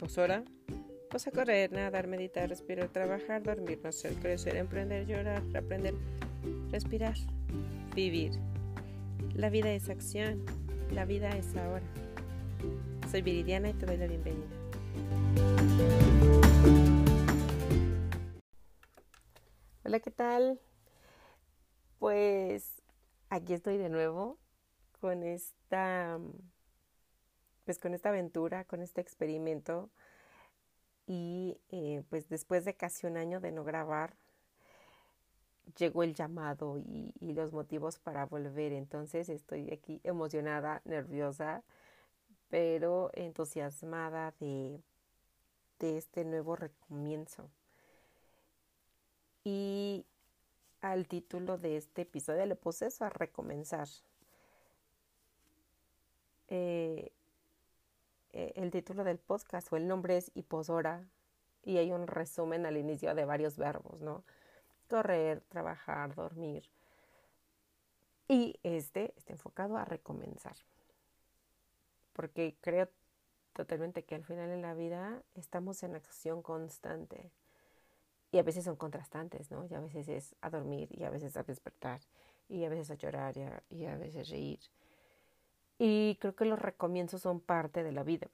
Posora, pues a correr, nadar, meditar, respirar, trabajar, dormir, nacer, crecer, emprender, llorar, aprender, respirar, vivir. La vida es acción, la vida es ahora. Soy Viridiana y te doy la bienvenida. Hola, ¿qué tal? Pues aquí estoy de nuevo con esta aventura, con este experimento y pues después de casi un año de no grabar llegó el llamado y los motivos para volver. Entonces estoy aquí emocionada, nerviosa, pero entusiasmada de este nuevo recomienzo. Y al título de este episodio le puse eso, a recomenzar. El título del podcast o el nombre es Posora y hay un resumen al inicio de varios verbos, ¿no? Correr, trabajar, dormir. Y está enfocado a recomenzar. Porque creo totalmente que al final en la vida estamos en acción constante. Y a veces son contrastantes, ¿no? Y a veces es a dormir, y a veces a despertar, y a veces a llorar, y a veces reír. Y creo que los recomienzos son parte de la vida.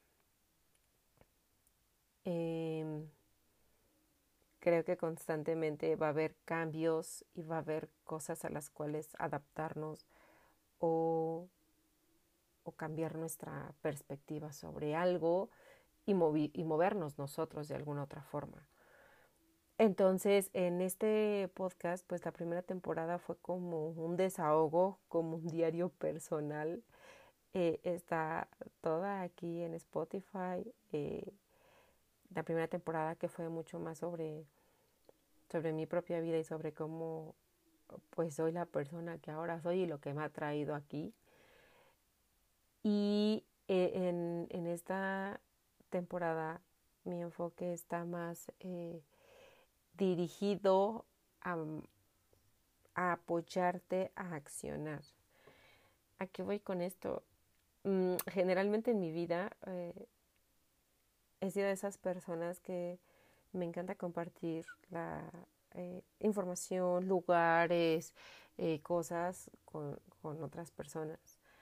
Creo que constantemente va a haber cambios y va a haber cosas a las cuales adaptarnos o cambiar nuestra perspectiva sobre algo y movernos nosotros de alguna otra forma. Entonces, en este podcast, pues la primera temporada fue como un desahogo, como un diario personal. Está toda aquí en Spotify. La primera temporada que fue mucho más sobre mi propia vida y sobre cómo pues soy la persona que ahora soy y lo que me ha traído aquí. Y en esta temporada mi enfoque está más dirigido a apoyarte a accionar. ¿A qué voy con esto? Generalmente en mi vida he sido de esas personas que me encanta compartir la información, lugares, cosas con otras personas.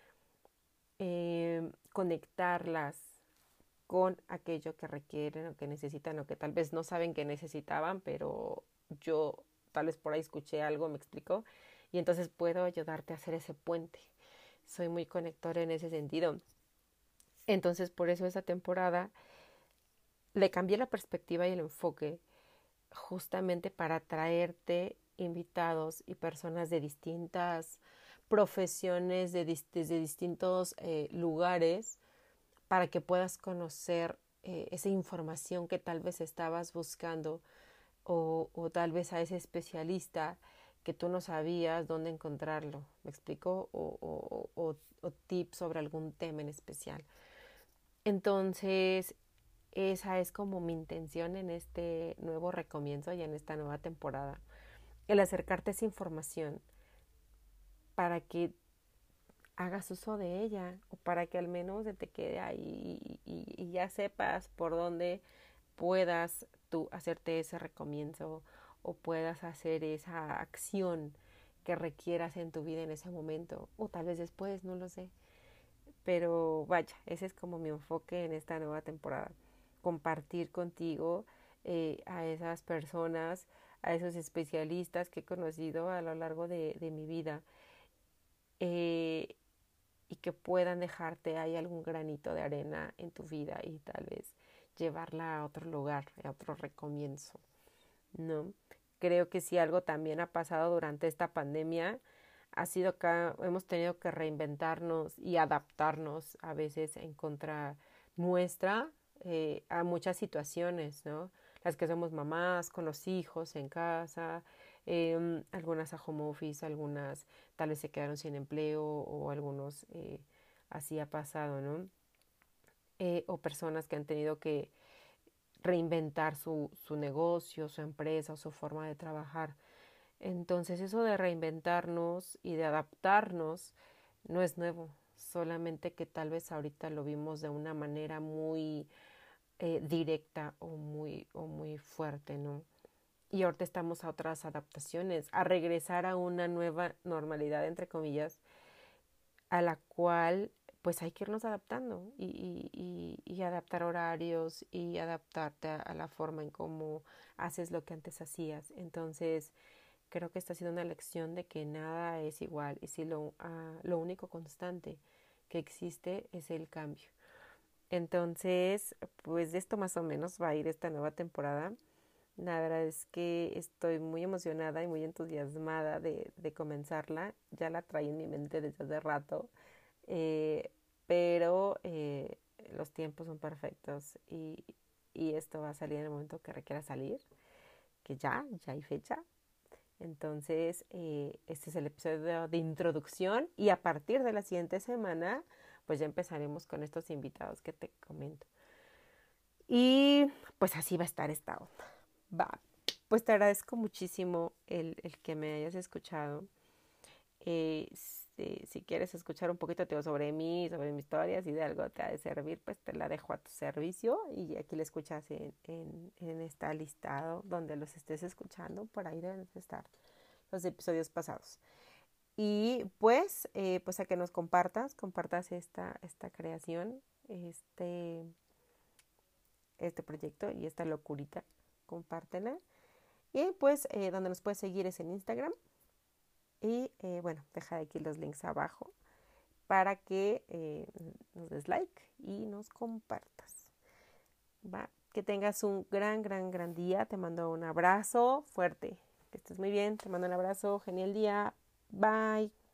Conectarlas con aquello que requieren o que necesitan o que tal vez no saben que necesitaban, pero yo tal vez por ahí escuché algo, me explicó, y entonces puedo ayudarte a hacer ese puente. Soy muy conectora en ese sentido. Entonces por eso esa temporada le cambié la perspectiva y el enfoque justamente para traerte invitados y personas de distintas profesiones, desde distintos lugares, para que puedas conocer esa información que tal vez estabas buscando o tal vez a ese especialista que tú no sabías dónde encontrarlo, ¿me explico? O tips sobre algún tema en especial. Entonces, esa es como mi intención en este nuevo recomienzo y en esta nueva temporada. El acercarte a esa información para que hagas uso de ella o para que al menos se te quede ahí y ya sepas por dónde puedas tú hacerte ese recomienzo o puedas hacer esa acción que requieras en tu vida en ese momento o tal vez después, no lo sé. Pero vaya, ese es como mi enfoque en esta nueva temporada. Compartir contigo a esas personas, a esos especialistas que he conocido a lo largo de mi vida y que puedan dejarte ahí algún granito de arena en tu vida y tal vez llevarla a otro lugar, a otro recomienzo, ¿no? Creo que si algo también ha pasado durante esta pandemia ha sido que hemos tenido que reinventarnos y adaptarnos a veces en contra nuestra a muchas situaciones, ¿no? Las que somos mamás, con los hijos en casa, algunas a home office, algunas tal vez se quedaron sin empleo o algunos así ha pasado, ¿no? O personas que han tenido que reinventar su negocio, su empresa o su forma de trabajar. Entonces eso de reinventarnos y de adaptarnos no es nuevo, solamente que tal vez ahorita lo vimos de una manera muy directa o muy fuerte, ¿no? Y ahorita estamos a otras adaptaciones, a regresar a una nueva normalidad, entre comillas, a la cual pues hay que irnos adaptando y adaptar horarios y adaptarte a la forma en cómo haces lo que antes hacías. Entonces, creo que esta ha sido una lección de que nada es igual y si lo único constante que existe es el cambio. Entonces, pues de esto más o menos va a ir esta nueva temporada. La verdad es que estoy muy emocionada y muy entusiasmada de comenzarla. Ya la traí en mi mente desde hace rato, eh, pero los tiempos son perfectos y esto va a salir en el momento que requiera salir, que ya hay fecha. Entonces, este es el episodio de introducción y a partir de la siguiente semana, pues ya empezaremos con estos invitados que te comento. Y pues así va a estar esta onda. Va, pues te agradezco muchísimo el que me hayas escuchado. Si quieres escuchar un poquito sobre mí, sobre mi historia, si de algo te ha de servir, pues te la dejo a tu servicio y aquí la escuchas en este listado donde los estés escuchando, por ahí deben estar los episodios pasados. Y pues a que nos compartas esta creación, este proyecto y esta locurita, compártela. Y pues donde nos puedes seguir es en Instagram. Y bueno, deja aquí los links abajo para que nos des like y nos compartas. ¿Va? Que tengas un gran día. Te mando un abrazo fuerte. Que estés muy bien. Te mando un abrazo. Genial día. Bye.